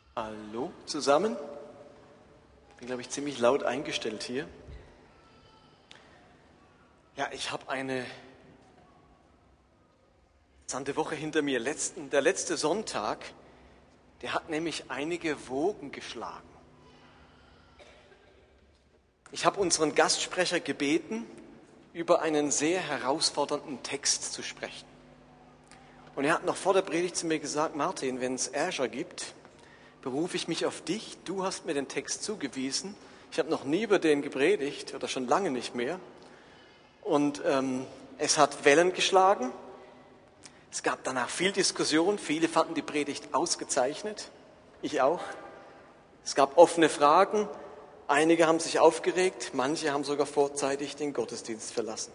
Hallo zusammen. Bin, glaube ich, ziemlich laut eingestellt hier. Ja, ich habe eine interessante Woche hinter mir. Der letzte Sonntag, der hat nämlich einige Wogen geschlagen. Ich habe unseren Gastsprecher gebeten, über einen sehr herausfordernden Text zu sprechen. Und er hat noch vor der Predigt zu mir gesagt: Martin, wenn es Ärger gibt, berufe ich mich auf dich. Du hast mir den Text zugewiesen. Ich habe noch nie über den gepredigt oder schon lange nicht mehr. Und es hat Wellen geschlagen. Es gab danach viel Diskussion. Viele fanden die Predigt ausgezeichnet. Ich auch. Es gab offene Fragen. Einige haben sich aufgeregt. Manche haben sogar vorzeitig den Gottesdienst verlassen.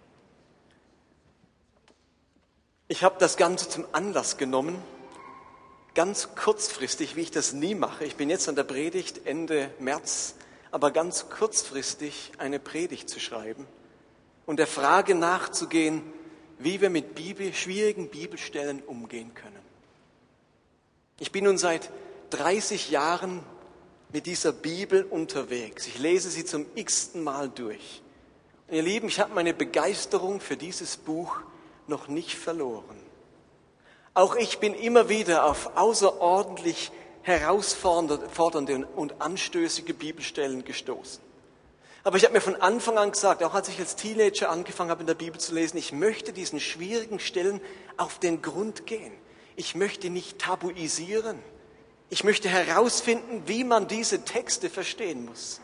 Ich habe das Ganze zum Anlass genommen, ganz kurzfristig, wie ich das nie mache. Ich bin jetzt an der Predigt Ende März, aber ganz kurzfristig eine Predigt zu schreiben und der Frage nachzugehen, wie wir mit schwierigen Bibelstellen umgehen können. Ich bin nun seit 30 Jahren mit dieser Bibel unterwegs. Ich lese sie zum x-ten Mal durch. Und ihr Lieben, ich habe meine Begeisterung für dieses Buch noch nicht verloren. Auch ich bin immer wieder auf außerordentlich herausfordernde und anstößige Bibelstellen gestoßen. Aber ich habe mir von Anfang an gesagt, auch als ich als Teenager angefangen habe, in der Bibel zu lesen, ich möchte diesen schwierigen Stellen auf den Grund gehen. Ich möchte nicht tabuisieren. Ich möchte herausfinden, wie man diese Texte verstehen muss.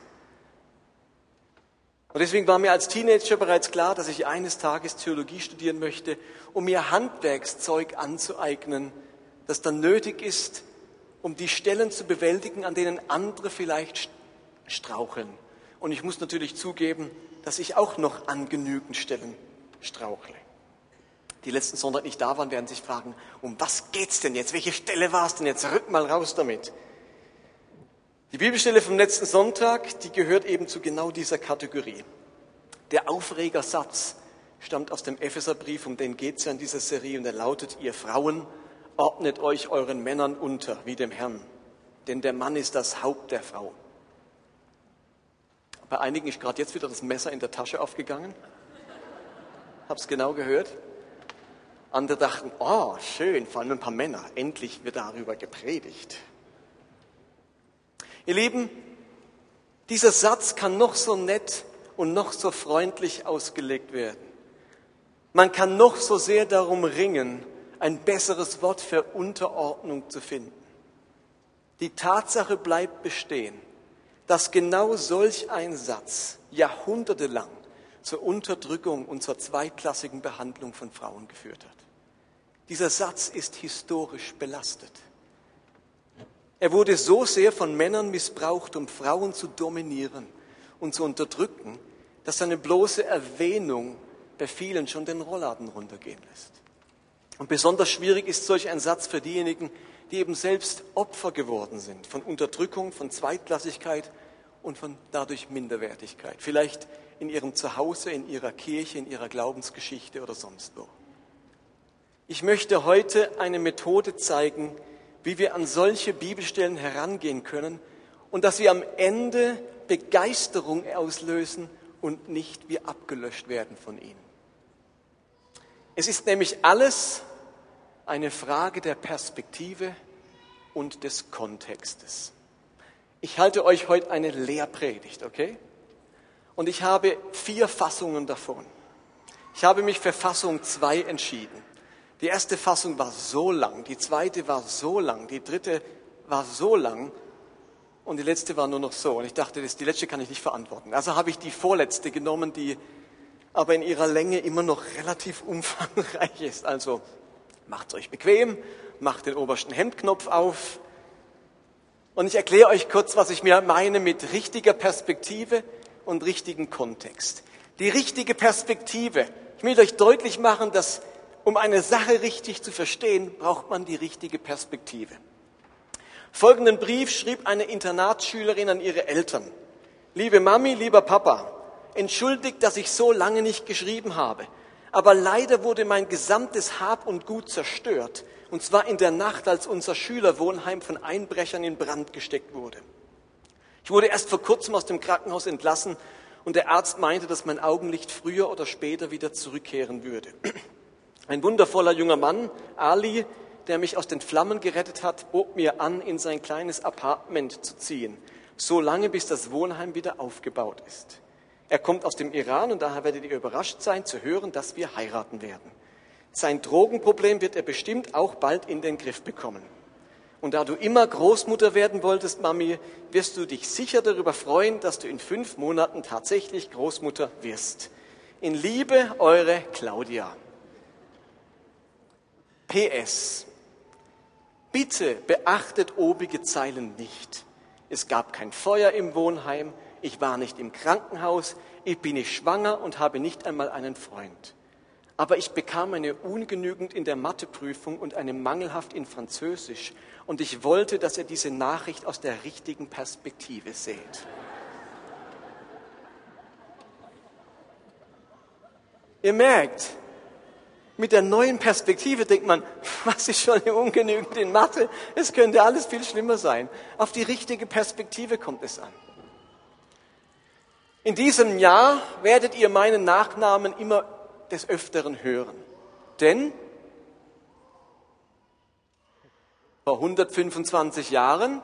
Und deswegen war mir als Teenager bereits klar, dass ich eines Tages Theologie studieren möchte, um mir Handwerkszeug anzueignen, das dann nötig ist, um die Stellen zu bewältigen, an denen andere vielleicht straucheln. Und ich muss natürlich zugeben, dass ich auch noch an genügend Stellen strauchle. Die letzten Sonntag nicht da waren, werden sich fragen, um was geht's denn jetzt? Welche Stelle war es denn jetzt? Rück mal raus damit. Die Bibelstelle vom letzten Sonntag, die gehört eben zu genau dieser Kategorie. Der Aufregersatz stammt aus dem Epheserbrief, um den geht es ja in dieser Serie, und er lautet: Ihr Frauen, ordnet euch euren Männern unter, wie dem Herrn, denn der Mann ist das Haupt der Frau. Bei einigen ist gerade jetzt wieder das Messer in der Tasche aufgegangen. Hab's genau gehört. Andere dachten, oh, schön, vor allem ein paar Männer, endlich wird darüber gepredigt. Ihr Lieben, dieser Satz kann noch so nett und noch so freundlich ausgelegt werden. Man kann noch so sehr darum ringen, ein besseres Wort für Unterordnung zu finden. Die Tatsache bleibt bestehen, dass genau solch ein Satz jahrhundertelang zur Unterdrückung und zur zweitklassigen Behandlung von Frauen geführt hat. Dieser Satz ist historisch belastet. Er wurde so sehr von Männern missbraucht, um Frauen zu dominieren und zu unterdrücken, dass seine bloße Erwähnung bei vielen schon den Rollladen runtergehen lässt. Und besonders schwierig ist solch ein Satz für diejenigen, die eben selbst Opfer geworden sind von Unterdrückung, von Zweitklassigkeit und von dadurch Minderwertigkeit. Vielleicht in ihrem Zuhause, in ihrer Kirche, in ihrer Glaubensgeschichte oder sonst wo. Ich möchte heute eine Methode zeigen, wie wir an solche Bibelstellen herangehen können und dass wir am Ende Begeisterung auslösen und nicht wir abgelöscht werden von ihnen. Es ist nämlich alles eine Frage der Perspektive und des Kontextes. Ich halte euch heute eine Lehrpredigt, okay? Und ich habe 4 Fassungen davon. Ich habe mich für Fassung 2 entschieden. Die erste Fassung war so lang, die zweite war so lang, die dritte war so lang und die letzte war nur noch so. Und ich dachte, die letzte kann ich nicht verantworten. Also habe ich die vorletzte genommen, die aber in ihrer Länge immer noch relativ umfangreich ist. Also macht es euch bequem, macht den obersten Hemdknopf auf und ich erkläre euch kurz, was ich mir meine mit richtiger Perspektive und richtigen Kontext. Die richtige Perspektive. Ich will euch deutlich machen, dass um eine Sache richtig zu verstehen, braucht man die richtige Perspektive. Folgenden Brief schrieb eine Internatsschülerin an ihre Eltern. Liebe Mami, lieber Papa, entschuldigt, dass ich so lange nicht geschrieben habe. Aber leider wurde mein gesamtes Hab und Gut zerstört. Und zwar in der Nacht, als unser Schülerwohnheim von Einbrechern in Brand gesteckt wurde. Ich wurde erst vor kurzem aus dem Krankenhaus entlassen und der Arzt meinte, dass mein Augenlicht früher oder später wieder zurückkehren würde. Ein wundervoller junger Mann, Ali, der mich aus den Flammen gerettet hat, bot mir an, in sein kleines Appartement zu ziehen, so lange bis das Wohnheim wieder aufgebaut ist. Er kommt aus dem Iran und daher werdet ihr überrascht sein, zu hören, dass wir heiraten werden. Sein Drogenproblem wird er bestimmt auch bald in den Griff bekommen. Und da du immer Großmutter werden wolltest, Mami, wirst du dich sicher darüber freuen, dass du in 5 Monaten tatsächlich Großmutter wirst. In Liebe, eure Claudia. PS. Bitte beachtet obige Zeilen nicht. Es gab kein Feuer im Wohnheim, ich war nicht im Krankenhaus, ich bin nicht schwanger und habe nicht einmal einen Freund. Aber ich bekam eine ungenügend in der Matheprüfung und eine mangelhaft in Französisch. Und ich wollte, dass ihr diese Nachricht aus der richtigen Perspektive seht. Ihr merkt, mit der neuen Perspektive denkt man, was ist schon ungenügend in Mathe? Es könnte alles viel schlimmer sein. Auf die richtige Perspektive kommt es an. In diesem Jahr werdet ihr meinen Nachnamen immer des Öfteren hören. Denn vor 125 Jahren,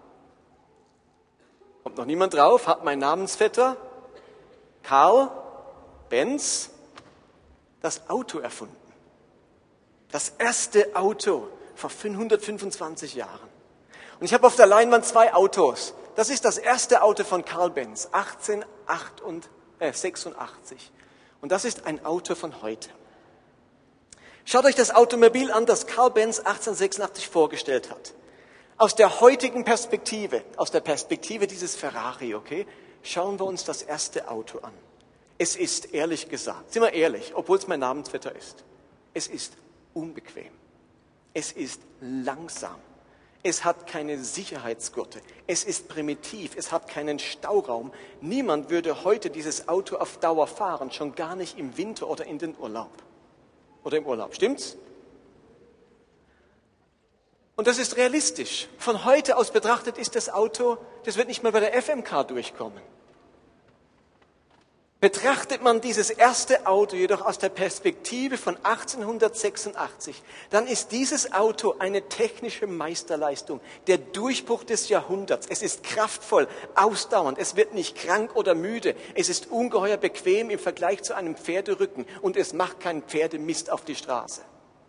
kommt noch niemand drauf, hat mein Namensvetter Carl Benz das Auto erfunden. Das erste Auto vor 125 Jahren. Und ich habe auf der Leinwand 2 Autos. Das ist das erste Auto von Carl Benz, 1886. Und das ist ein Auto von heute. Schaut euch das Automobil an, das Carl Benz 1886 vorgestellt hat. Aus der heutigen Perspektive, aus der Perspektive dieses Ferrari, okay, schauen wir uns das erste Auto an. Es ist, ehrlich gesagt, sind wir ehrlich, obwohl es mein Namensvetter ist, es ist unbequem. Es ist langsam. Es hat keine Sicherheitsgurte. Es ist primitiv. Es hat keinen Stauraum. Niemand würde heute dieses Auto auf Dauer fahren, schon gar nicht im Winter oder in den Urlaub. Oder im Urlaub, stimmt's? Und das ist realistisch. Von heute aus betrachtet ist das Auto, das wird nicht mal bei der FMK durchkommen. Betrachtet man dieses erste Auto jedoch aus der Perspektive von 1886, dann ist dieses Auto eine technische Meisterleistung, der Durchbruch des Jahrhunderts. Es ist kraftvoll, ausdauernd, es wird nicht krank oder müde, es ist ungeheuer bequem im Vergleich zu einem Pferderücken und es macht keinen Pferdemist auf die Straße.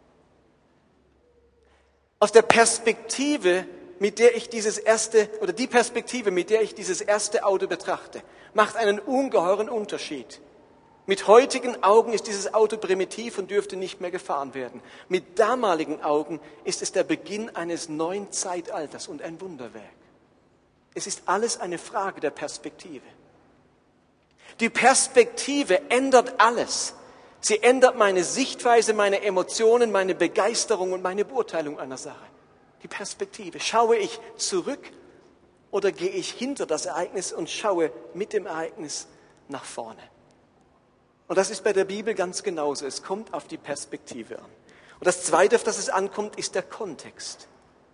Aus der Perspektive, mit der ich dieses erste Auto betrachte, macht einen ungeheuren Unterschied. Mit heutigen Augen ist dieses Auto primitiv und dürfte nicht mehr gefahren werden. Mit damaligen Augen ist es der Beginn eines neuen Zeitalters und ein Wunderwerk. Es ist alles eine Frage der Perspektive. Die Perspektive ändert alles. Sie ändert meine Sichtweise, meine Emotionen, meine Begeisterung und meine Beurteilung einer Sache. Die Perspektive. Schaue ich zurück oder gehe ich hinter das Ereignis und schaue mit dem Ereignis nach vorne? Und das ist bei der Bibel ganz genauso. Es kommt auf die Perspektive an. Und das Zweite, auf das es ankommt, ist der Kontext.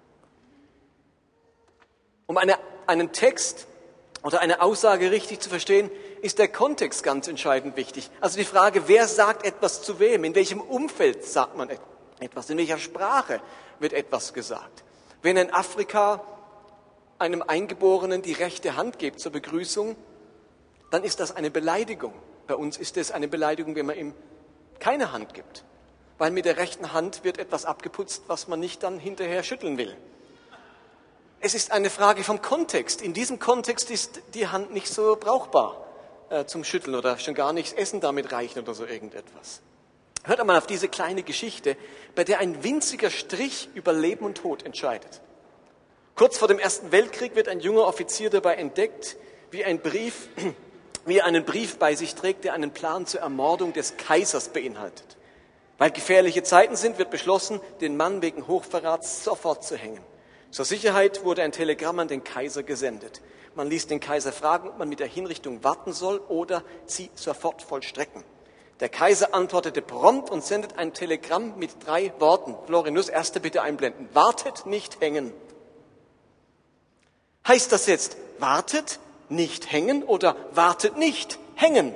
Um einen Text oder eine Aussage richtig zu verstehen, ist der Kontext ganz entscheidend wichtig. Also die Frage, wer sagt etwas zu wem? In welchem Umfeld sagt man etwas? In welcher Sprache wird etwas gesagt? Wenn in Afrika einem Eingeborenen die rechte Hand gibt zur Begrüßung, dann ist das eine Beleidigung. Bei uns ist es eine Beleidigung, wenn man ihm keine Hand gibt. Weil mit der rechten Hand wird etwas abgeputzt, was man nicht dann hinterher schütteln will. Es ist eine Frage vom Kontext. In diesem Kontext ist die Hand nicht so brauchbar zum Schütteln oder schon gar nicht Essen damit reichen oder so irgendetwas. Hört einmal auf diese kleine Geschichte, bei der ein winziger Strich über Leben und Tod entscheidet. Kurz vor dem Ersten Weltkrieg wird ein junger Offizier dabei entdeckt, wie er einen Brief bei sich trägt, der einen Plan zur Ermordung des Kaisers beinhaltet. Weil gefährliche Zeiten sind, wird beschlossen, den Mann wegen Hochverrats sofort zu hängen. Zur Sicherheit wurde ein Telegramm an den Kaiser gesendet. Man ließ den Kaiser fragen, ob man mit der Hinrichtung warten soll oder sie sofort vollstrecken. Der Kaiser antwortete prompt und sendet ein Telegramm mit 3 Worten. Florian, nur das erste bitte einblenden. Wartet, nicht hängen. Heißt das jetzt, wartet, nicht hängen oder wartet nicht hängen?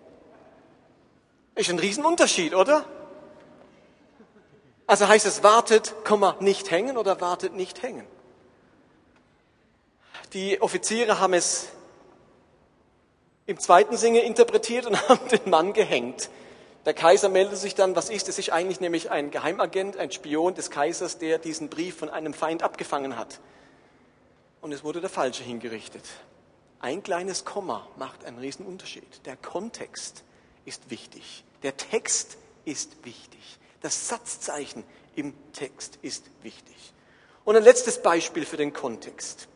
Ist ein Riesenunterschied, oder? Also heißt es wartet, nicht hängen oder wartet nicht hängen? Die Offiziere haben es im zweiten Sinne interpretiert und haben den Mann gehängt. Der Kaiser meldet sich dann, was ist? Es ist eigentlich nämlich ein Geheimagent, ein Spion des Kaisers, der diesen Brief von einem Feind abgefangen hat. Und es wurde der Falsche hingerichtet. Ein kleines Komma macht einen riesen Unterschied. Der Kontext ist wichtig. Der Text ist wichtig. Das Satzzeichen im Text ist wichtig. Und ein letztes Beispiel für den Kontext.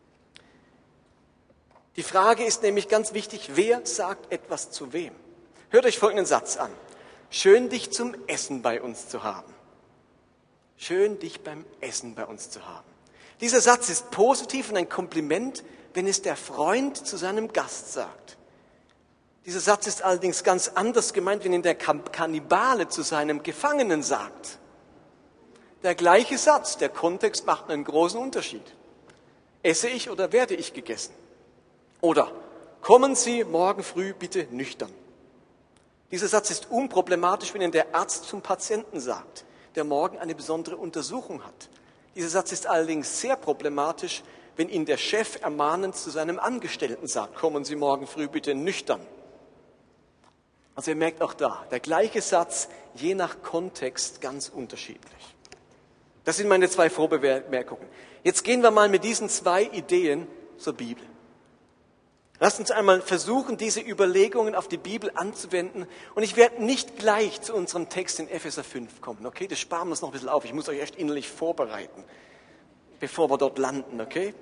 Die Frage ist nämlich ganz wichtig, wer sagt etwas zu wem? Hört euch folgenden Satz an. Schön, dich zum Essen bei uns zu haben. Schön, dich beim Essen bei uns zu haben. Dieser Satz ist positiv und ein Kompliment, wenn es der Freund zu seinem Gast sagt. Dieser Satz ist allerdings ganz anders gemeint, wenn ihn der Kannibale zu seinem Gefangenen sagt. Der gleiche Satz, der Kontext macht einen großen Unterschied. Esse ich oder werde ich gegessen? Oder kommen Sie morgen früh bitte nüchtern. Dieser Satz ist unproblematisch, wenn ihn der Arzt zum Patienten sagt, der morgen eine besondere Untersuchung hat. Dieser Satz ist allerdings sehr problematisch, wenn ihn der Chef ermahnend zu seinem Angestellten sagt, kommen Sie morgen früh bitte nüchtern. Also ihr merkt auch da, der gleiche Satz, je nach Kontext ganz unterschiedlich. Das sind meine 2 Vorbemerkungen. Jetzt gehen wir mal mit diesen 2 Ideen zur Bibel. Lasst uns einmal versuchen, diese Überlegungen auf die Bibel anzuwenden. Und ich werde nicht gleich zu unserem Text in Epheser 5 kommen, okay? Das sparen wir uns noch ein bisschen auf. Ich muss euch echt innerlich vorbereiten, bevor wir dort landen, okay?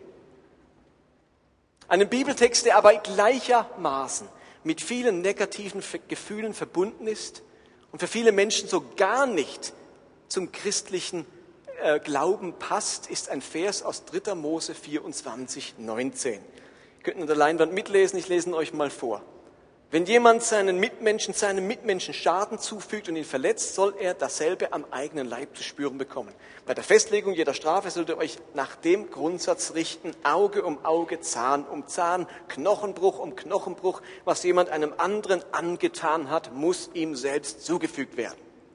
Einen Bibeltext, der aber gleichermaßen mit vielen negativen Gefühlen verbunden ist und für viele Menschen so gar nicht zum christlichen Glauben passt, ist ein Vers aus 3. Mose 24, 19. Ihr könnt an der Leinwand mitlesen, ich lese ihn euch mal vor. Wenn jemand seinem Mitmenschen Schaden zufügt und ihn verletzt, soll er dasselbe am eigenen Leib zu spüren bekommen. Bei der Festlegung jeder Strafe solltet ihr euch nach dem Grundsatz richten, Auge um Auge, Zahn um Zahn, Knochenbruch um Knochenbruch. Was jemand einem anderen angetan hat, muss ihm selbst zugefügt werden.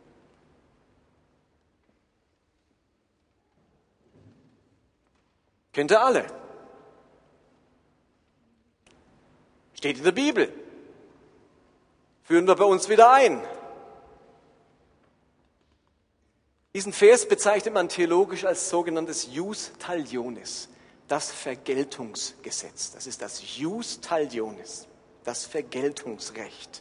Kennt ihr alle? Steht in der Bibel. Führen wir bei uns wieder ein. Diesen Vers bezeichnet man theologisch als sogenanntes Jus Talionis, das Vergeltungsgesetz. Das ist das Jus Talionis, das Vergeltungsrecht.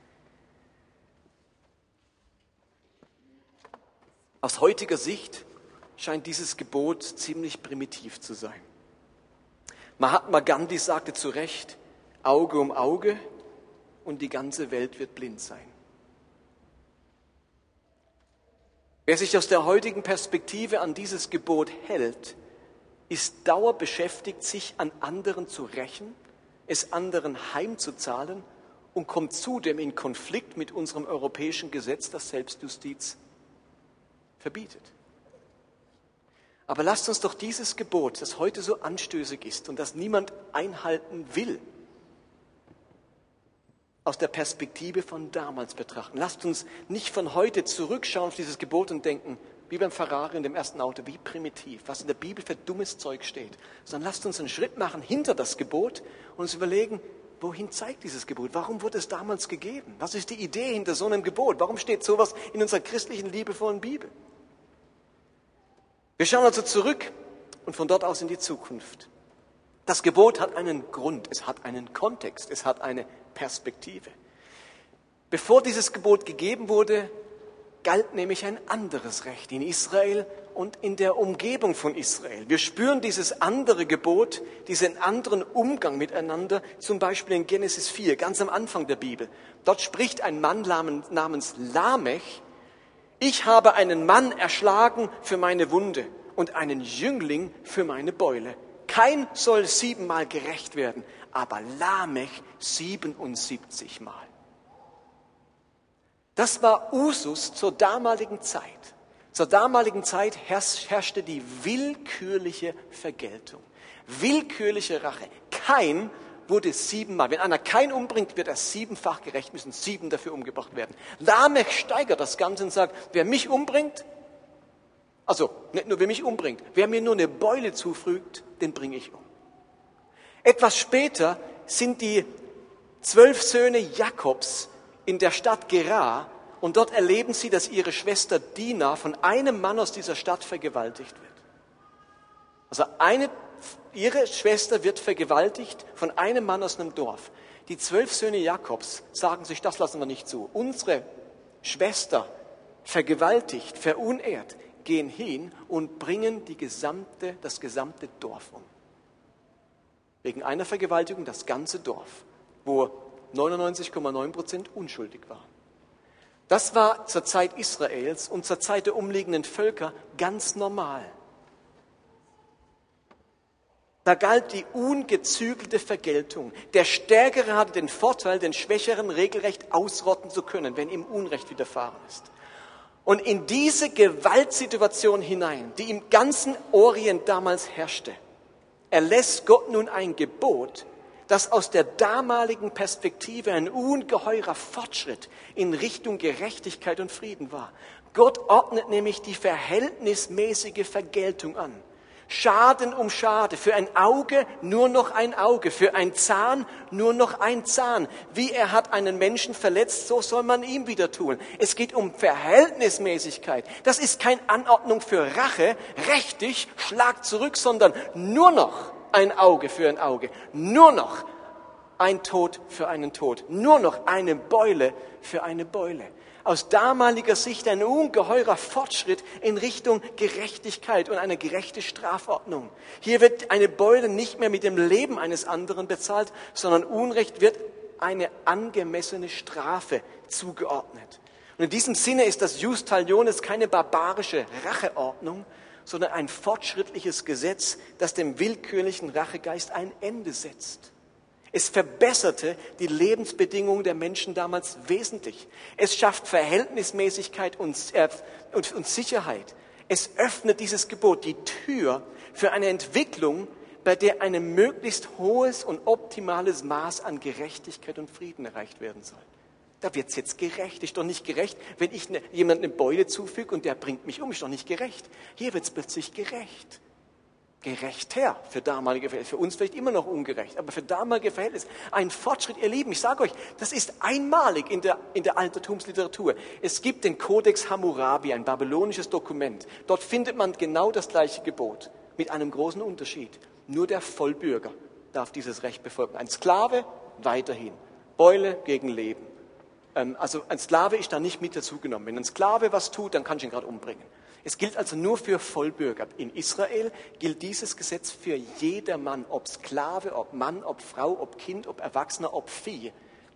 Aus heutiger Sicht scheint dieses Gebot ziemlich primitiv zu sein. Mahatma Gandhi sagte zu Recht, Auge um Auge und die ganze Welt wird blind sein. Wer sich aus der heutigen Perspektive an dieses Gebot hält, ist dauerbeschäftigt, sich an anderen zu rächen, es anderen heimzuzahlen und kommt zudem in Konflikt mit unserem europäischen Gesetz, das Selbstjustiz verbietet. Aber lasst uns doch dieses Gebot, das heute so anstößig ist und das niemand einhalten will, aus der Perspektive von damals betrachten. Lasst uns nicht von heute zurückschauen auf dieses Gebot und denken, wie beim Ferrari in dem ersten Auto, wie primitiv, was in der Bibel für dummes Zeug steht. Sondern lasst uns einen Schritt machen hinter das Gebot und uns überlegen, wohin zeigt dieses Gebot? Warum wurde es damals gegeben? Was ist die Idee hinter so einem Gebot? Warum steht sowas in unserer christlichen, liebevollen Bibel? Wir schauen also zurück und von dort aus in die Zukunft. Das Gebot hat einen Grund, es hat einen Kontext, es hat eine Perspektive. Bevor dieses Gebot gegeben wurde, galt nämlich ein anderes Recht in Israel und in der Umgebung von Israel. Wir spüren dieses andere Gebot, diesen anderen Umgang miteinander, zum Beispiel in Genesis 4, ganz am Anfang der Bibel. Dort spricht ein Mann namens Lamech, ich habe einen Mann erschlagen für meine Wunde und einen Jüngling für meine Beule. Kain soll 7-mal gerächt werden, aber Lamech 77-mal. Das war Usus zur damaligen Zeit. Zur damaligen Zeit herrschte die willkürliche Vergeltung, willkürliche Rache. Kain wurde 7-mal. Wenn einer Kain umbringt, wird er 7-fach gerächt, müssen 7 dafür umgebracht werden. Lamech steigert das Ganze und sagt, wer mich umbringt, also nicht nur wer mich umbringt, wer mir nur eine Beule zufügt, den bringe ich um. Etwas später sind die 12 Söhne Jakobs in der Stadt Gerar und dort erleben sie, dass ihre Schwester Dina von einem Mann aus dieser Stadt vergewaltigt wird. Also ihre Schwester wird vergewaltigt von einem Mann aus einem Dorf. Die 12 Söhne Jakobs sagen sich, das lassen wir nicht zu. Unsere Schwester vergewaltigt, verunehrt, gehen hin und bringen das gesamte Dorf um. Wegen einer Vergewaltigung das ganze Dorf, wo 99,9% unschuldig waren. Das war zur Zeit Israels und zur Zeit der umliegenden Völker ganz normal. Da galt die ungezügelte Vergeltung. Der Stärkere hatte den Vorteil, den Schwächeren regelrecht ausrotten zu können, wenn ihm Unrecht widerfahren ist. Und in diese Gewaltsituation hinein, die im ganzen Orient damals herrschte, erlässt Gott nun ein Gebot, das aus der damaligen Perspektive ein ungeheurer Fortschritt in Richtung Gerechtigkeit und Frieden war. Gott ordnet nämlich die verhältnismäßige Vergeltung an. Schaden um Schade, für ein Auge nur noch ein Auge, für ein Zahn nur noch ein Zahn. Wie er hat einen Menschen verletzt, so soll man ihm wieder tun. Es geht um Verhältnismäßigkeit. Das ist keine Anordnung für Rache, rechtig, Schlag zurück, sondern nur noch ein Auge für ein Auge, nur noch ein Tod für einen Tod, nur noch eine Beule für eine Beule. Aus damaliger Sicht ein ungeheurer Fortschritt in Richtung Gerechtigkeit und eine gerechte Strafordnung. Hier wird eine Beule nicht mehr mit dem Leben eines anderen bezahlt, sondern Unrecht wird eine angemessene Strafe zugeordnet. Und in diesem Sinne ist das Jus Talionis keine barbarische Racheordnung, sondern ein fortschrittliches Gesetz, das dem willkürlichen Rachegeist ein Ende setzt. Es verbesserte die Lebensbedingungen der Menschen damals wesentlich. Es schafft Verhältnismäßigkeit und Sicherheit. Es öffnet dieses Gebot die Tür für eine Entwicklung, bei der ein möglichst hohes und optimales Maß an Gerechtigkeit und Frieden erreicht werden soll. Da wird es jetzt gerecht. Ist doch nicht gerecht, wenn ich jemandem eine Beule zufüge und der bringt mich um. Ist doch nicht gerecht. Hier wird es plötzlich gerecht. Gerechter für damalige Verhältnisse. Für uns vielleicht immer noch ungerecht, aber für damalige Verhältnisse ein Fortschritt, ihr Lieben. Ich sage euch, das ist einmalig in der Altertumsliteratur. Es gibt den Kodex Hammurabi, ein babylonisches Dokument. Dort findet man genau das gleiche Gebot mit einem großen Unterschied. Nur der Vollbürger darf dieses Recht befolgen. Ein Sklave weiterhin. Beule gegen Leben. Also ein Sklave ist da nicht mit dazugenommen. Wenn ein Sklave was tut, dann kann ich ihn gerade umbringen. Es gilt also nur für Vollbürger. In Israel gilt dieses Gesetz für jedermann, ob Sklave, ob Mann, ob Frau, ob Kind, ob Erwachsener, ob Vieh.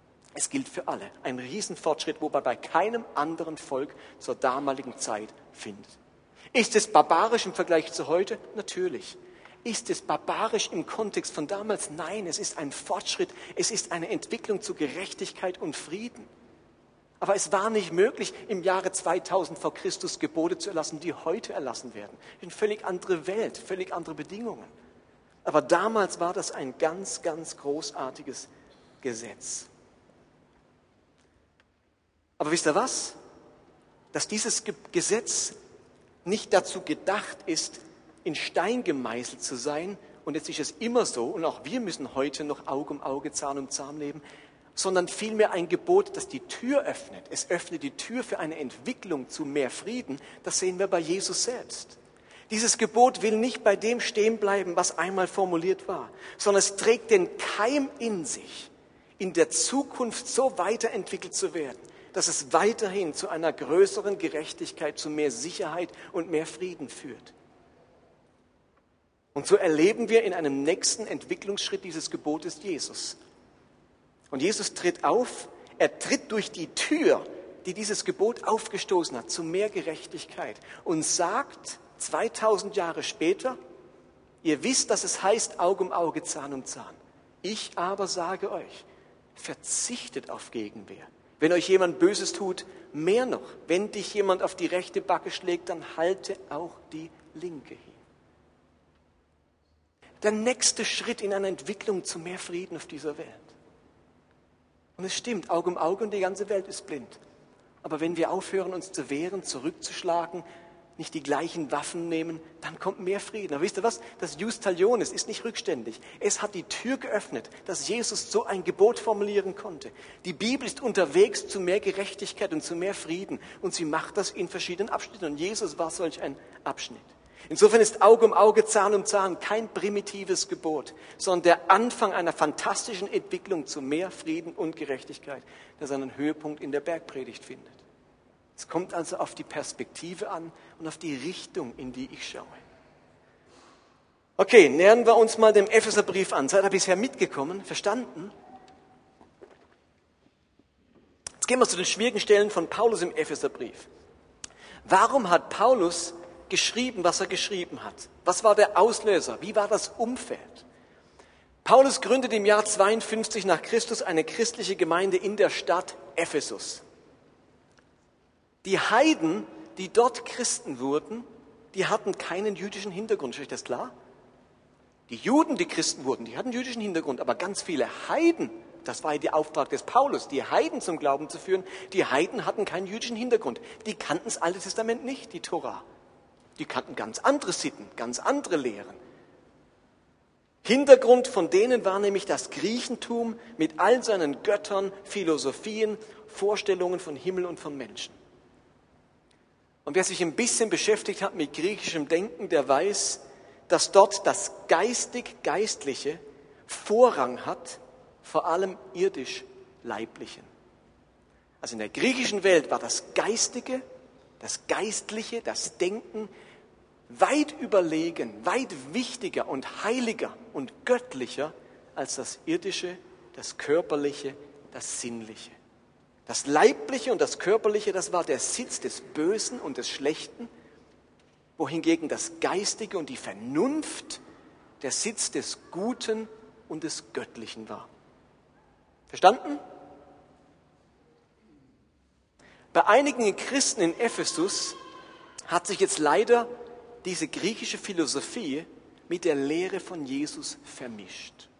Es gilt für alle. Ein Riesenfortschritt, wobei bei keinem anderen Volk zur damaligen Zeit findet. Ist es barbarisch im Vergleich zu heute? Natürlich. Ist es barbarisch im Kontext von damals? Nein, es ist ein Fortschritt. Es ist eine Entwicklung zu Gerechtigkeit und Frieden. Aber es war nicht möglich, im Jahre 2000 vor Christus Gebote zu erlassen, die heute erlassen werden. Eine völlig andere Welt, völlig andere Bedingungen. Aber damals war das ein ganz, ganz großartiges Gesetz. Aber wisst ihr was? Dass dieses Gesetz nicht dazu gedacht ist, in Stein gemeißelt zu sein, und jetzt ist es immer so, und auch wir müssen heute noch Auge um Auge, Zahn um Zahn leben, sondern vielmehr ein Gebot, das die Tür öffnet. Es öffnet die Tür für eine Entwicklung zu mehr Frieden. Das sehen wir bei Jesus selbst. Dieses Gebot will nicht bei dem stehen bleiben, was einmal formuliert war, sondern es trägt den Keim in sich, in der Zukunft so weiterentwickelt zu werden, dass es weiterhin zu einer größeren Gerechtigkeit, zu mehr Sicherheit und mehr Frieden führt. Und so erleben wir in einem nächsten Entwicklungsschritt dieses Gebotes Jesus. Und Jesus tritt auf, er tritt durch die Tür, die dieses Gebot aufgestoßen hat, zu mehr Gerechtigkeit und sagt 2000 Jahre später, ihr wisst, dass es heißt Auge um Auge, Zahn um Zahn. Ich aber sage euch, verzichtet auf Gegenwehr. Wenn euch jemand Böses tut, mehr noch. Wenn dich jemand auf die rechte Backe schlägt, dann halte auch die linke hin. Der nächste Schritt in einer Entwicklung zu mehr Frieden auf dieser Welt. Und es stimmt, Auge um Auge und die ganze Welt ist blind. Aber wenn wir aufhören, uns zu wehren, zurückzuschlagen, nicht die gleichen Waffen nehmen, dann kommt mehr Frieden. Aber wisst ihr was? Das Jus Talionis ist nicht rückständig. Es hat die Tür geöffnet, dass Jesus so ein Gebot formulieren konnte. Die Bibel ist unterwegs zu mehr Gerechtigkeit und zu mehr Frieden. Und sie macht das in verschiedenen Abschnitten. Und Jesus war solch ein Abschnitt. Insofern ist Auge um Auge, Zahn um Zahn kein primitives Gebot, sondern der Anfang einer fantastischen Entwicklung zu mehr Frieden und Gerechtigkeit, der seinen Höhepunkt in der Bergpredigt findet. Es kommt also auf die Perspektive an und auf die Richtung, in die ich schaue. Okay, nähern wir uns mal dem Epheserbrief an. Seid ihr bisher mitgekommen? Verstanden? Jetzt gehen wir zu den schwierigen Stellen von Paulus im Epheserbrief. Warum hat Paulus geschrieben, was er geschrieben hat? Was war der Auslöser? Wie war das Umfeld? Paulus gründet im Jahr 52 nach Christus eine christliche Gemeinde in der Stadt Ephesus. Die Heiden, die dort Christen wurden, die hatten keinen jüdischen Hintergrund. Ist euch das klar? Die Juden, die Christen wurden, die hatten jüdischen Hintergrund, aber ganz viele Heiden, das war ja der Auftrag des Paulus, die Heiden zum Glauben zu führen, die Heiden hatten keinen jüdischen Hintergrund. Die kannten das Alte Testament nicht, die Tora. Die kannten ganz andere Sitten, ganz andere Lehren. Hintergrund von denen war nämlich das Griechentum mit all seinen Göttern, Philosophien, Vorstellungen von Himmel und von Menschen. Und wer sich ein bisschen beschäftigt hat mit griechischem Denken, der weiß, dass dort das Geistig-Geistliche Vorrang hat, vor allem irdisch-leiblichen. Also in der griechischen Welt war das Geistige, das Geistliche, das Denken weit überlegen, weit wichtiger und heiliger und göttlicher als das Irdische, das Körperliche, das Sinnliche. Das Leibliche und das Körperliche, das war der Sitz des Bösen und des Schlechten, wohingegen das Geistige und die Vernunft der Sitz des Guten und des Göttlichen war. Verstanden? Bei einigen Christen in Ephesus hat sich jetzt leider diese griechische Philosophie mit der Lehre von Jesus vermischt.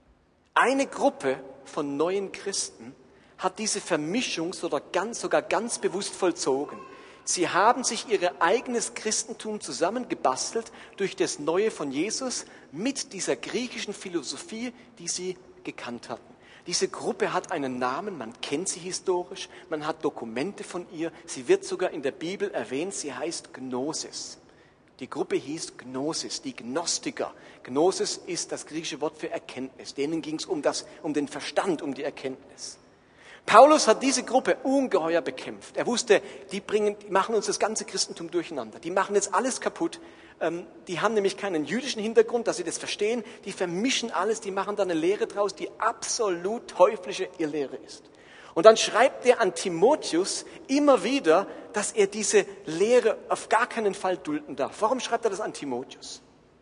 Eine Gruppe von neuen Christen hat diese Vermischung sogar ganz bewusst vollzogen. Sie haben sich ihr eigenes Christentum zusammengebastelt durch das Neue von Jesus mit dieser griechischen Philosophie, die sie gekannt hatten. Diese Gruppe hat einen Namen, man kennt sie historisch, man hat Dokumente von ihr, sie wird sogar in der Bibel erwähnt, sie heißt Gnosis. Die Gruppe hieß Gnosis, die Gnostiker. Gnosis ist das griechische Wort für Erkenntnis. Denen ging es um den Verstand, um die Erkenntnis. Paulus hat diese Gruppe ungeheuer bekämpft. Er wusste, die machen uns das ganze Christentum durcheinander. Die machen jetzt alles kaputt. Die haben nämlich keinen jüdischen Hintergrund, dass sie das verstehen. Die vermischen alles, die machen da eine Lehre draus, die absolut teuflische Irrlehre ist. Und dann schreibt er an Timotheus immer wieder, dass er diese Lehre auf gar keinen Fall dulden darf. Warum schreibt er das an Timotheus?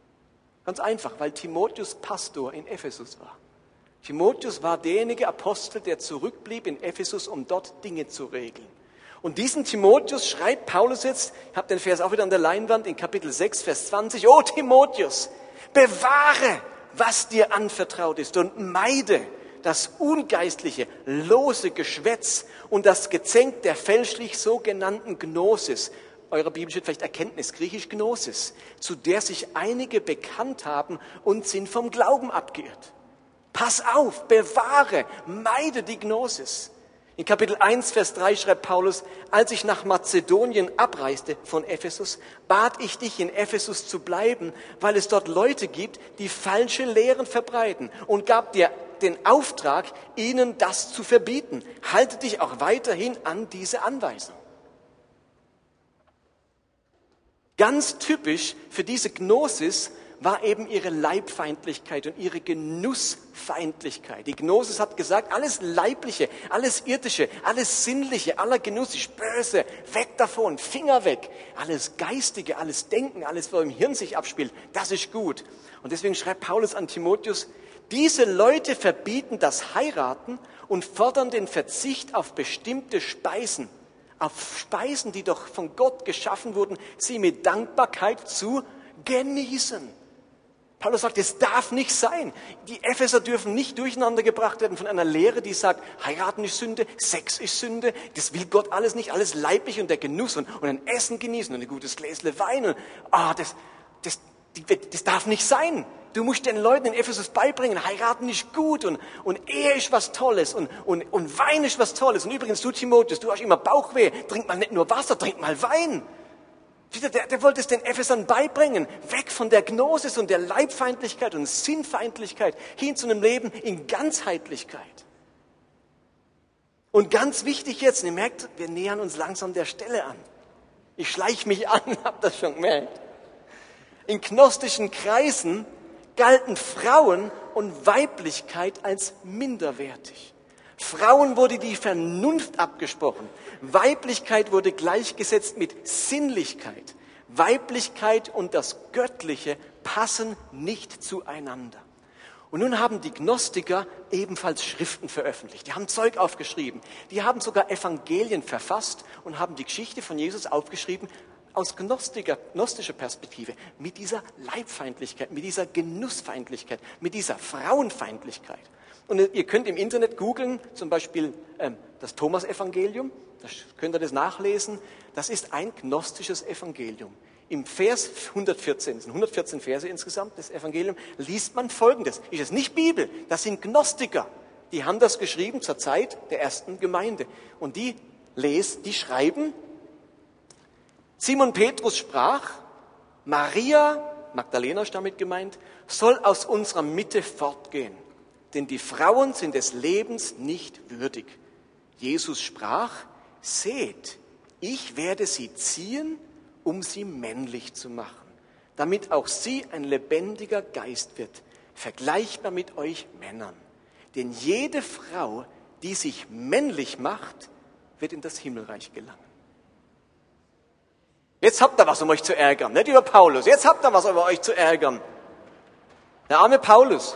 Ganz einfach, weil Timotheus Pastor in Ephesus war. Timotheus war derjenige Apostel, der zurückblieb in Ephesus, um dort Dinge zu regeln. Und diesen Timotheus schreibt Paulus jetzt, ich habe den Vers auch wieder an der Leinwand, in Kapitel 6, Vers 20, O Timotheus, bewahre, was dir anvertraut ist und meide das ungeistliche, lose Geschwätz und das Gezänk der fälschlich sogenannten Gnosis, eurer Bibel steht vielleicht Erkenntnis, griechisch Gnosis, zu der sich einige bekannt haben und sind vom Glauben abgeirrt. Pass auf, bewahre, meide die Gnosis. In Kapitel 1, Vers 3 schreibt Paulus, als ich nach Mazedonien abreiste von Ephesus, bat ich dich, in Ephesus zu bleiben, weil es dort Leute gibt, die falsche Lehren verbreiten und gab dir den Auftrag, ihnen das zu verbieten. Halte dich auch weiterhin an diese Anweisung. Ganz typisch für diese Gnosis war eben ihre Leibfeindlichkeit und ihre Genussfeindlichkeit. Die Gnosis hat gesagt, alles Leibliche, alles Irdische, alles Sinnliche, aller Genuss ist böse, weg davon, Finger weg. Alles Geistige, alles Denken, alles, was im Hirn sich abspielt, das ist gut. Und deswegen schreibt Paulus an Timotheus, Diese Leute verbieten das Heiraten und fordern den Verzicht auf bestimmte Speisen, auf Speisen, die doch von Gott geschaffen wurden, sie mit Dankbarkeit zu genießen. Paulus sagt, es darf nicht sein. Die Epheser dürfen nicht durcheinander gebracht werden von einer Lehre, die sagt, heiraten ist Sünde, Sex ist Sünde, das will Gott alles nicht, alles leiblich und der Genuss und ein Essen genießen und ein gutes Gläsle Wein. Und, das darf nicht sein. Du musst den Leuten in Ephesus beibringen, heiraten ist gut und Ehe ist was Tolles und Wein ist was Tolles. Und übrigens, du Timotheus, du hast immer Bauchweh, trink mal nicht nur Wasser, trink mal Wein. Der wollte es den Ephesern beibringen, weg von der Gnosis und der Leibfeindlichkeit und Sinnfeindlichkeit hin zu einem Leben in Ganzheitlichkeit. Und ganz wichtig jetzt, ihr merkt, wir nähern uns langsam der Stelle an. Ich schleiche mich an, habt das schon gemerkt. In gnostischen Kreisen galten Frauen und Weiblichkeit als minderwertig. Frauen wurde die Vernunft abgesprochen. Weiblichkeit wurde gleichgesetzt mit Sinnlichkeit. Weiblichkeit und das Göttliche passen nicht zueinander. Und nun haben die Gnostiker ebenfalls Schriften veröffentlicht. Die haben Zeug aufgeschrieben. Die haben sogar Evangelien verfasst und haben die Geschichte von Jesus aufgeschrieben aus gnostischer Perspektive. Mit dieser Leibfeindlichkeit, mit dieser Genussfeindlichkeit, mit dieser Frauenfeindlichkeit. Und ihr könnt im Internet googeln, zum Beispiel das Thomas-Evangelium, da könnt ihr das nachlesen. Das ist ein gnostisches Evangelium. Im Vers 114, es sind 114 Verse insgesamt, das Evangelium, liest man Folgendes. Ist es nicht Bibel, das sind Gnostiker. Die haben das geschrieben zur Zeit der ersten Gemeinde. Und die schreiben, Simon Petrus sprach, Maria, Magdalena ist damit gemeint, soll aus unserer Mitte fortgehen. Denn die Frauen sind des Lebens nicht würdig. Jesus sprach, seht, ich werde sie ziehen, um sie männlich zu machen, damit auch sie ein lebendiger Geist wird, vergleichbar mit euch Männern. Denn jede Frau, die sich männlich macht, wird in das Himmelreich gelangen. Jetzt habt ihr was, um euch zu ärgern, nicht über Paulus, jetzt habt ihr was, über euch zu ärgern. Der arme Paulus.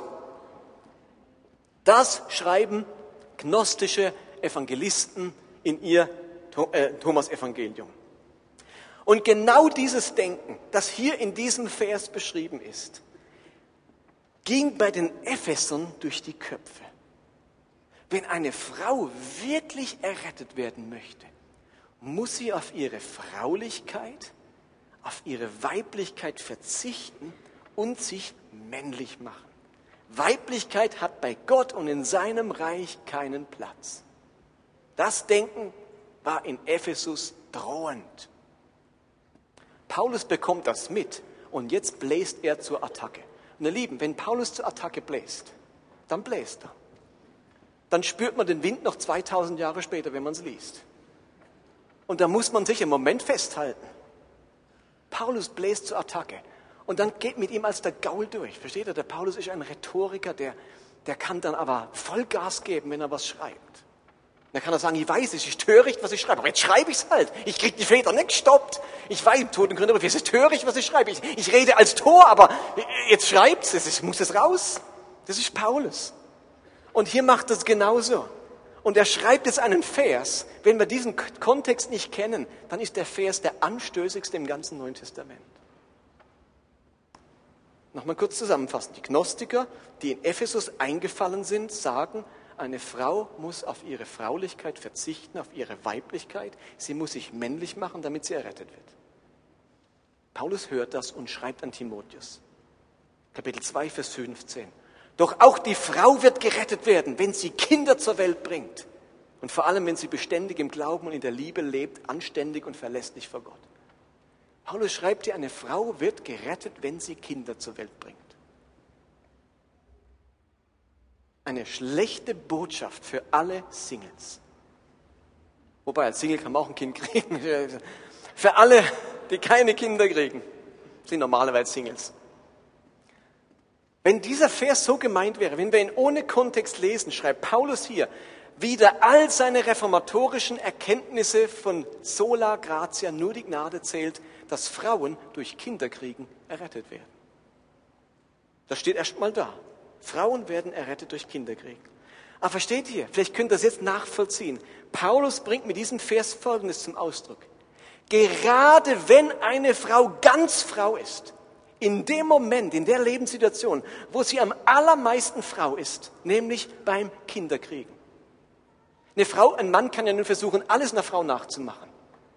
Das schreiben gnostische Evangelisten in ihr Thomas-Evangelium. Und genau dieses Denken, das hier in diesem Vers beschrieben ist, ging bei den Ephesern durch die Köpfe. Wenn eine Frau wirklich errettet werden möchte, muss sie auf ihre Fraulichkeit, auf ihre Weiblichkeit verzichten und sich männlich machen. Weiblichkeit hat bei Gott und in seinem Reich keinen Platz. Das Denken war in Ephesus drohend. Paulus bekommt das mit und jetzt bläst er zur Attacke. Und ihr Lieben, wenn Paulus zur Attacke bläst, dann bläst er. Dann spürt man den Wind noch 2000 Jahre später, wenn man es liest. Und da muss man sich im Moment festhalten. Paulus bläst zur Attacke. Und dann geht mit ihm als der Gaul durch. Versteht ihr? Der Paulus ist ein Rhetoriker, der kann dann aber Vollgas geben, wenn er was schreibt. Dann kann er sagen, ich weiß, es ist töricht, was ich schreibe. Aber jetzt schreibe ich es halt. Ich kriege die Väter nicht gestoppt. Ich weiß im Totengründerbrief, es ist töricht, was ich schreibe. Ich rede als Tor, aber jetzt schreibt es. Ich muss es raus. Das ist Paulus. Und hier macht es genauso. Und er schreibt jetzt einen Vers. Wenn wir diesen Kontext nicht kennen, dann ist der Vers der anstößigste im ganzen Neuen Testament. Nochmal kurz zusammenfassen. Die Gnostiker, die in Ephesus eingefallen sind, sagen, eine Frau muss auf ihre Fraulichkeit verzichten, auf ihre Weiblichkeit. Sie muss sich männlich machen, damit sie errettet wird. Paulus hört das und schreibt an Timotheus. Kapitel 2, Vers 15. Doch auch die Frau wird gerettet werden, wenn sie Kinder zur Welt bringt. Und vor allem, wenn sie beständig im Glauben und in der Liebe lebt, anständig und verlässlich vor Gott. Paulus schreibt hier, eine Frau wird gerettet, wenn sie Kinder zur Welt bringt. Eine schlechte Botschaft für alle Singles. Wobei, als Single kann man auch ein Kind kriegen. Für alle, die keine Kinder kriegen, sind normalerweise Singles. Wenn dieser Vers so gemeint wäre, wenn wir ihn ohne Kontext lesen, schreibt Paulus hier, wieder all seine reformatorischen Erkenntnisse von sola gratia, nur die Gnade zählt, dass Frauen durch Kinderkriegen errettet werden. Das steht erst mal da. Frauen werden errettet durch Kinderkriegen. Aber versteht ihr, vielleicht könnt ihr das jetzt nachvollziehen. Paulus bringt mit diesem Vers Folgendes zum Ausdruck. Gerade wenn eine Frau ganz Frau ist, in dem Moment, in der Lebenssituation, wo sie am allermeisten Frau ist, nämlich beim Kinderkriegen. Ein Mann kann ja nur versuchen, alles einer Frau nachzumachen.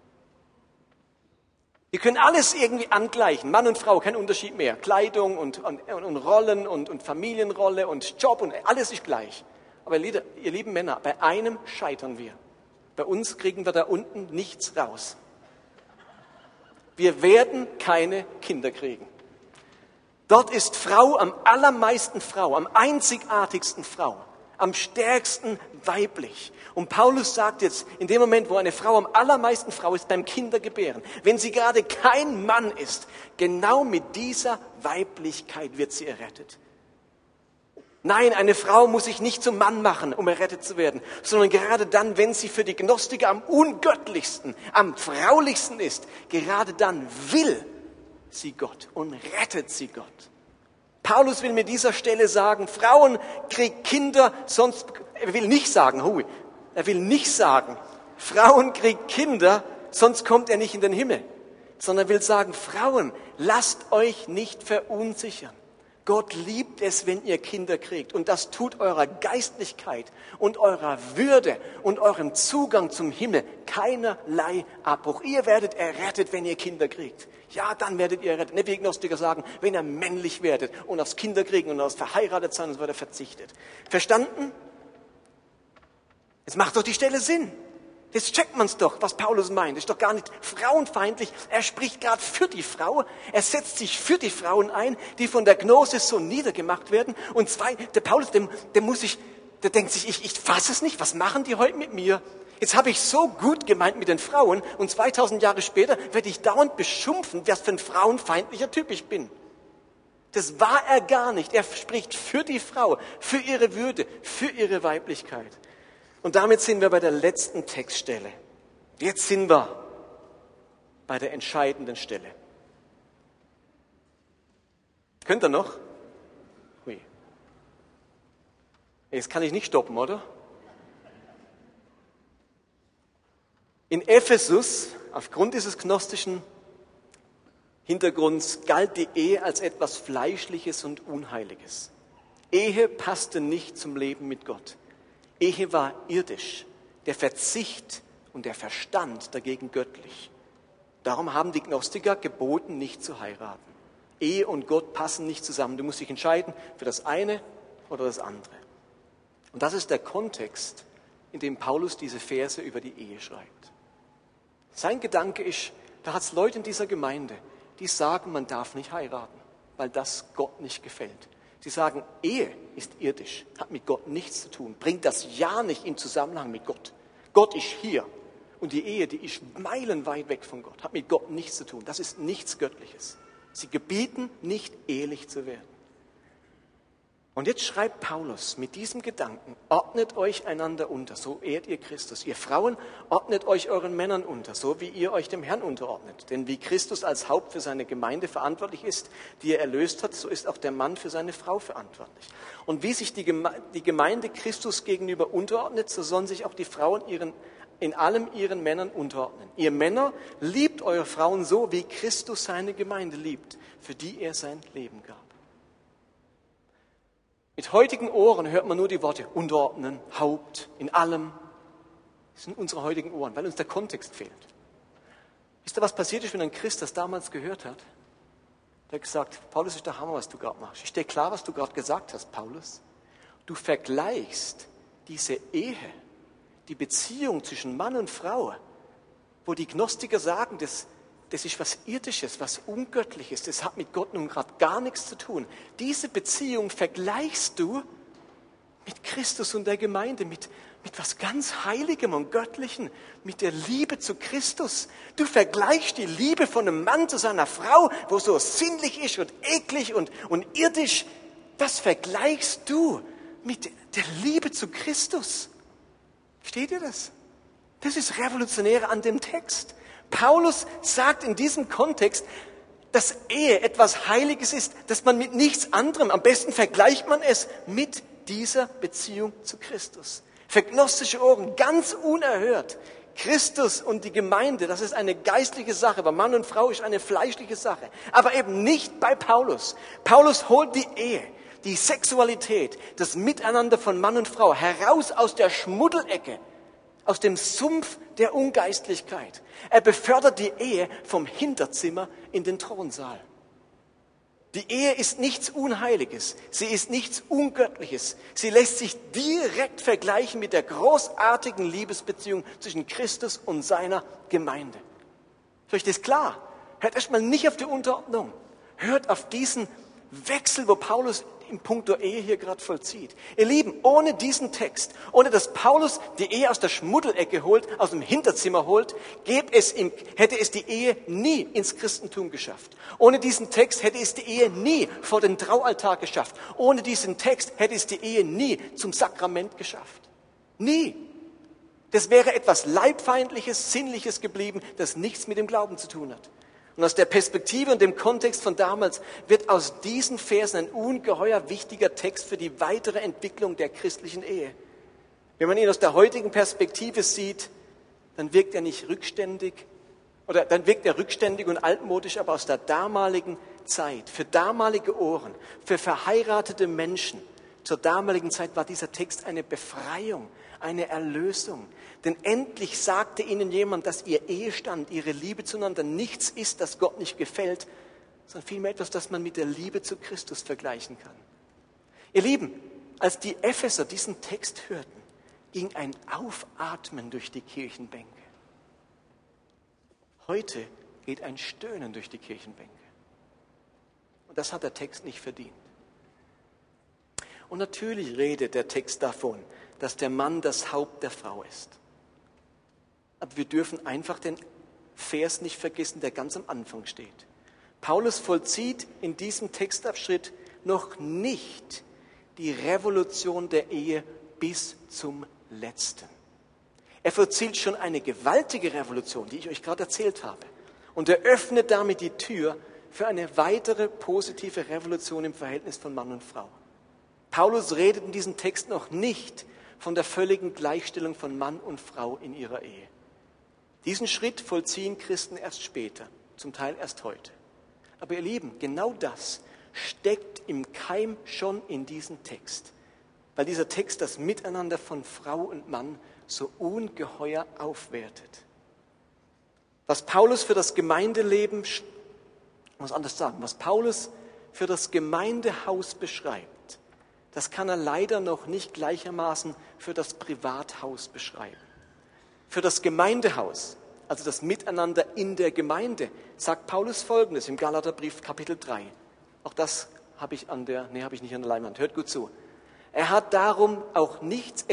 Wir können alles irgendwie angleichen. Mann und Frau, kein Unterschied mehr. Kleidung und Rollen und Familienrolle und Job und alles ist gleich. Aber ihr lieben Männer, bei einem scheitern wir. Bei uns kriegen wir da unten nichts raus. Wir werden keine Kinder kriegen. Dort ist Frau am allermeisten Frau, am einzigartigsten Frau, am stärksten weiblich. Und Paulus sagt jetzt, in dem Moment, wo eine Frau am allermeisten Frau ist, beim Kindergebären, wenn sie gerade kein Mann ist, genau mit dieser Weiblichkeit wird sie errettet. Nein, eine Frau muss sich nicht zum Mann machen, um errettet zu werden, sondern gerade dann, wenn sie für die Gnostiker am ungöttlichsten, am fraulichsten ist, gerade dann will sie Gott und rettet sie Gott. Paulus will mit dieser Stelle sagen, Frauen kriegen Kinder, er will nicht sagen, Frauen kriegen Kinder, sonst kommt er nicht in den Himmel, sondern will sagen, Frauen, lasst euch nicht verunsichern. Gott liebt es, wenn ihr Kinder kriegt. Und das tut eurer Geistlichkeit und eurer Würde und eurem Zugang zum Himmel keinerlei Abbruch. Ihr werdet errettet, wenn ihr Kinder kriegt. Ja, dann werdet ihr errettet. Nicht wie Gnostiker sagen, wenn ihr männlich werdet und aufs Kinderkriegen und aufs Verheiratetsein und so weiter verzichtet. Verstanden? Jetzt macht doch die Stelle Sinn. Jetzt checkt man's doch, was Paulus meint. Das ist doch gar nicht frauenfeindlich. Er spricht gerade für die Frau. Er setzt sich für die Frauen ein, die von der Gnosis so niedergemacht werden. Und der Paulus, der denkt sich, ich fasse es nicht. Was machen die heute mit mir? Jetzt habe ich so gut gemeint mit den Frauen und 2000 Jahre später werde ich dauernd beschimpfen, was für ein frauenfeindlicher Typ ich bin. Das war er gar nicht. Er spricht für die Frau, für ihre Würde, für ihre Weiblichkeit. Und damit sind wir bei der letzten Textstelle. Jetzt sind wir bei der entscheidenden Stelle. Könnt ihr noch? Hui. Jetzt kann ich nicht stoppen, oder? In Ephesus, aufgrund dieses gnostischen Hintergrunds, galt die Ehe als etwas Fleischliches und Unheiliges. Ehe passte nicht zum Leben mit Gott. Ehe war irdisch, der Verzicht und der Verstand dagegen göttlich. Darum haben die Gnostiker geboten, nicht zu heiraten. Ehe und Gott passen nicht zusammen. Du musst dich entscheiden für das eine oder das andere. Und das ist der Kontext, in dem Paulus diese Verse über die Ehe schreibt. Sein Gedanke ist, da hat es Leute in dieser Gemeinde, die sagen, man darf nicht heiraten, weil das Gott nicht gefällt. Sie sagen, Ehe ist irdisch, hat mit Gott nichts zu tun, bringt das ja nicht in Zusammenhang mit Gott. Gott ist hier und die Ehe, die ist meilenweit weg von Gott, hat mit Gott nichts zu tun. Das ist nichts Göttliches. Sie gebieten nicht, ehelich zu werden. Und jetzt schreibt Paulus mit diesem Gedanken, ordnet euch einander unter, so ehrt ihr Christus. Ihr Frauen, ordnet euch euren Männern unter, so wie ihr euch dem Herrn unterordnet. Denn wie Christus als Haupt für seine Gemeinde verantwortlich ist, die er erlöst hat, so ist auch der Mann für seine Frau verantwortlich. Und wie sich die Gemeinde Christus gegenüber unterordnet, so sollen sich auch die Frauen in allem ihren Männern unterordnen. Ihr Männer, liebt eure Frauen so, wie Christus seine Gemeinde liebt, für die er sein Leben gab. Mit heutigen Ohren hört man nur die Worte unterordnen, Haupt, in allem. Das sind unsere heutigen Ohren, weil uns der Kontext fehlt. Wisst ihr, was passiert ist, wenn ein Christ das damals gehört hat? Der hat gesagt, Paulus, ist der Hammer, was du gerade machst. Ist dir klar, was du gerade gesagt hast, Paulus? Du vergleichst diese Ehe, die Beziehung zwischen Mann und Frau, wo die Gnostiker sagen, das ist was Irdisches, was Ungöttliches, das hat mit Gott nun gerade gar nichts zu tun. Diese Beziehung vergleichst du mit Christus und der Gemeinde, mit was ganz Heiligem und Göttlichem, mit der Liebe zu Christus. Du vergleichst die Liebe von einem Mann zu seiner Frau, wo so sinnlich ist und eklig und irdisch. Das vergleichst du mit der Liebe zu Christus. Versteht ihr das? Das ist Revolutionäre an dem Text. Paulus sagt in diesem Kontext, dass Ehe etwas Heiliges ist, dass man mit nichts anderem, am besten vergleicht man es mit dieser Beziehung zu Christus. Für gnostische Ohren ganz unerhört. Christus und die Gemeinde, das ist eine geistliche Sache, aber Mann und Frau ist eine fleischliche Sache. Aber eben nicht bei Paulus. Paulus holt die Ehe, die Sexualität, das Miteinander von Mann und Frau heraus aus der Schmuddelecke, aus dem Sumpf der Ungeistlichkeit. Er befördert die Ehe vom Hinterzimmer in den Thronsaal. Die Ehe ist nichts Unheiliges, sie ist nichts Ungöttliches. Sie lässt sich direkt vergleichen mit der großartigen Liebesbeziehung zwischen Christus und seiner Gemeinde. Ist euch das klar? Hört erstmal nicht auf die Unterordnung. Hört auf diesen Wechsel, wo Paulus in puncto Ehe hier gerade vollzieht. Ihr Lieben, ohne diesen Text, ohne dass Paulus die Ehe aus der Schmuddelecke holt, aus dem Hinterzimmer holt, hätte es die Ehe nie ins Christentum geschafft. Ohne diesen Text hätte es die Ehe nie vor den Traualtar geschafft. Ohne diesen Text hätte es die Ehe nie zum Sakrament geschafft. Nie. Das wäre etwas Leibfeindliches, Sinnliches geblieben, das nichts mit dem Glauben zu tun hat. Und aus der Perspektive und dem Kontext von damals wird aus diesen Versen ein ungeheuer wichtiger Text für die weitere Entwicklung der christlichen Ehe. Wenn man ihn aus der heutigen Perspektive sieht, dann wirkt er nicht rückständig, oder dann wirkt er rückständig und altmodisch, aber aus der damaligen Zeit, für damalige Ohren, für verheiratete Menschen, zur damaligen Zeit war dieser Text eine Befreiung, eine Erlösung. Denn endlich sagte ihnen jemand, dass ihr Ehestand, ihre Liebe zueinander nichts ist, das Gott nicht gefällt, sondern vielmehr etwas, das man mit der Liebe zu Christus vergleichen kann. Ihr Lieben, als die Epheser diesen Text hörten, ging ein Aufatmen durch die Kirchenbänke. Heute geht ein Stöhnen durch die Kirchenbänke. Und das hat der Text nicht verdient. Und natürlich redet der Text davon, dass der Mann das Haupt der Frau ist. Aber wir dürfen einfach den Vers nicht vergessen, der ganz am Anfang steht. Paulus vollzieht in diesem Textabschnitt noch nicht die Revolution der Ehe bis zum Letzten. Er vollzieht schon eine gewaltige Revolution, die ich euch gerade erzählt habe. Und er öffnet damit die Tür für eine weitere positive Revolution im Verhältnis von Mann und Frau. Paulus redet in diesem Text noch nicht von der völligen Gleichstellung von Mann und Frau in ihrer Ehe. Diesen Schritt vollziehen Christen erst später, zum Teil erst heute. Aber ihr Lieben, genau das steckt im Keim schon in diesem Text, weil dieser Text das Miteinander von Frau und Mann so ungeheuer aufwertet. Was Paulus für das Gemeindeleben, ich muss anders sagen, was Paulus für das Gemeindehaus beschreibt, das kann er leider noch nicht gleichermaßen für das Privathaus beschreiben. Für das Gemeindehaus, also das Miteinander in der Gemeinde, sagt Paulus Folgendes im Galaterbrief Kapitel 3. Auch das habe ich nicht an der Leinwand. Hört gut zu. Es hat darum auch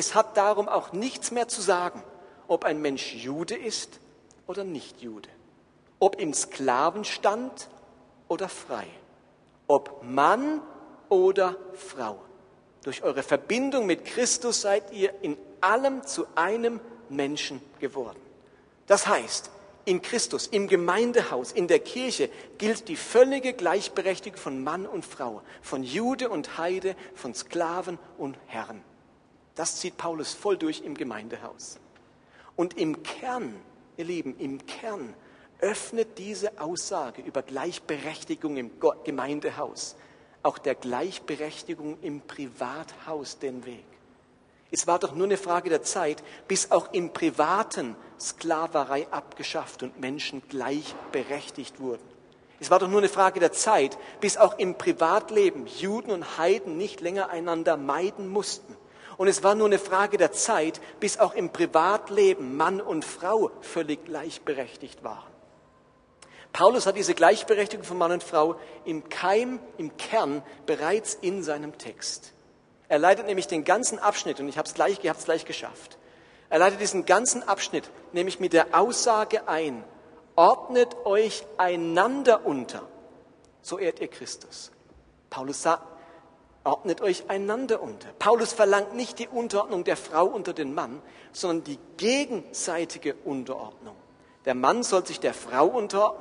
nichts mehr zu sagen, ob ein Mensch Jude ist oder nicht Jude, ob im Sklavenstand oder frei, ob Mann oder Frau. Durch eure Verbindung mit Christus seid ihr in allem zu einem Menschen geworden. Das heißt, in Christus, im Gemeindehaus, in der Kirche gilt die völlige Gleichberechtigung von Mann und Frau, von Jude und Heide, von Sklaven und Herren. Das zieht Paulus voll durch im Gemeindehaus. Und im Kern, ihr Lieben, im Kern öffnet diese Aussage über Gleichberechtigung im Gemeindehaus auch der Gleichberechtigung im Privathaus den Weg. Es war doch nur eine Frage der Zeit, bis auch im Privaten Sklaverei abgeschafft und Menschen gleichberechtigt wurden. Es war doch nur eine Frage der Zeit, bis auch im Privatleben Juden und Heiden nicht länger einander meiden mussten. Und es war nur eine Frage der Zeit, bis auch im Privatleben Mann und Frau völlig gleichberechtigt waren. Paulus hat diese Gleichberechtigung von Mann und Frau im Kern bereits in seinem Text. Er leitet nämlich den ganzen Abschnitt, und ich habe es gleich geschafft. Er leitet diesen ganzen Abschnitt nämlich mit der Aussage ein: Ordnet euch einander unter, so ehrt ihr Christus. Paulus sagt, ordnet euch einander unter. Paulus verlangt nicht die Unterordnung der Frau unter den Mann, sondern die gegenseitige Unterordnung. Der Mann soll sich der Frau unterordnen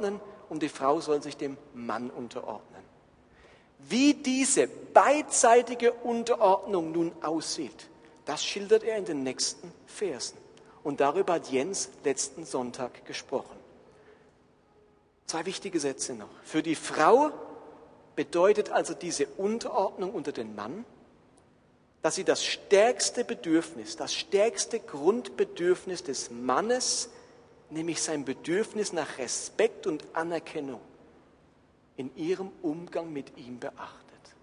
und die Frau soll sich dem Mann unterordnen. Wie diese beidseitige Unterordnung nun aussieht, das schildert er in den nächsten Versen. Und darüber hat Jens letzten Sonntag gesprochen. 2 wichtige Sätze noch. Für die Frau bedeutet also diese Unterordnung unter den Mann, dass sie das stärkste Bedürfnis, das stärkste Grundbedürfnis des Mannes, nämlich sein Bedürfnis nach Respekt und Anerkennung, in ihrem Umgang mit ihm beachtet.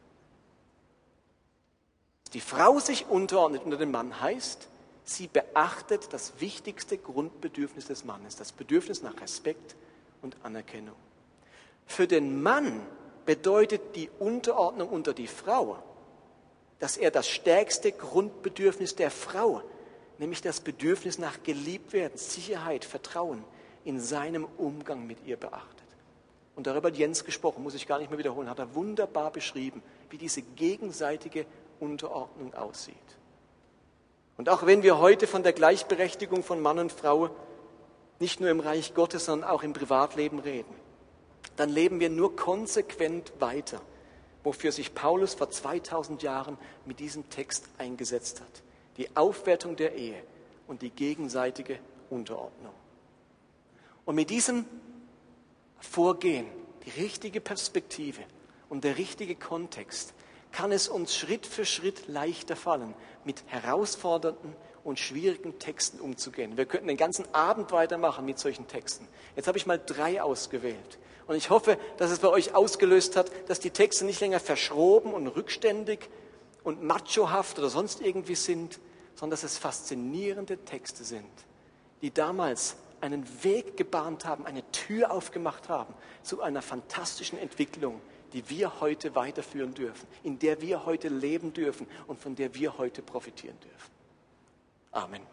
Die Frau sich unterordnet unter den Mann heißt, sie beachtet das wichtigste Grundbedürfnis des Mannes, das Bedürfnis nach Respekt und Anerkennung. Für den Mann bedeutet die Unterordnung unter die Frau, dass er das stärkste Grundbedürfnis der Frau, nämlich das Bedürfnis nach geliebt werden, Sicherheit, Vertrauen, in seinem Umgang mit ihr beachtet. Und darüber hat Jens gesprochen, muss ich gar nicht mehr wiederholen, hat er wunderbar beschrieben, wie diese gegenseitige Unterordnung aussieht. Und auch wenn wir heute von der Gleichberechtigung von Mann und Frau nicht nur im Reich Gottes, sondern auch im Privatleben reden, dann leben wir nur konsequent weiter, wofür sich Paulus vor 2000 Jahren mit diesem Text eingesetzt hat. Die Aufwertung der Ehe und die gegenseitige Unterordnung. Und mit diesem Vorgehen, die richtige Perspektive und der richtige Kontext, kann es uns Schritt für Schritt leichter fallen, mit herausfordernden und schwierigen Texten umzugehen. Wir könnten den ganzen Abend weitermachen mit solchen Texten. Jetzt habe ich mal 3 ausgewählt. Und ich hoffe, dass es bei euch ausgelöst hat, dass die Texte nicht länger verschroben und rückständig und machohaft oder sonst irgendwie sind, sondern dass es faszinierende Texte sind, die damals einen Weg gebahnt haben, eine Tür aufgemacht haben zu einer fantastischen Entwicklung, die wir heute weiterführen dürfen, in der wir heute leben dürfen und von der wir heute profitieren dürfen. Amen.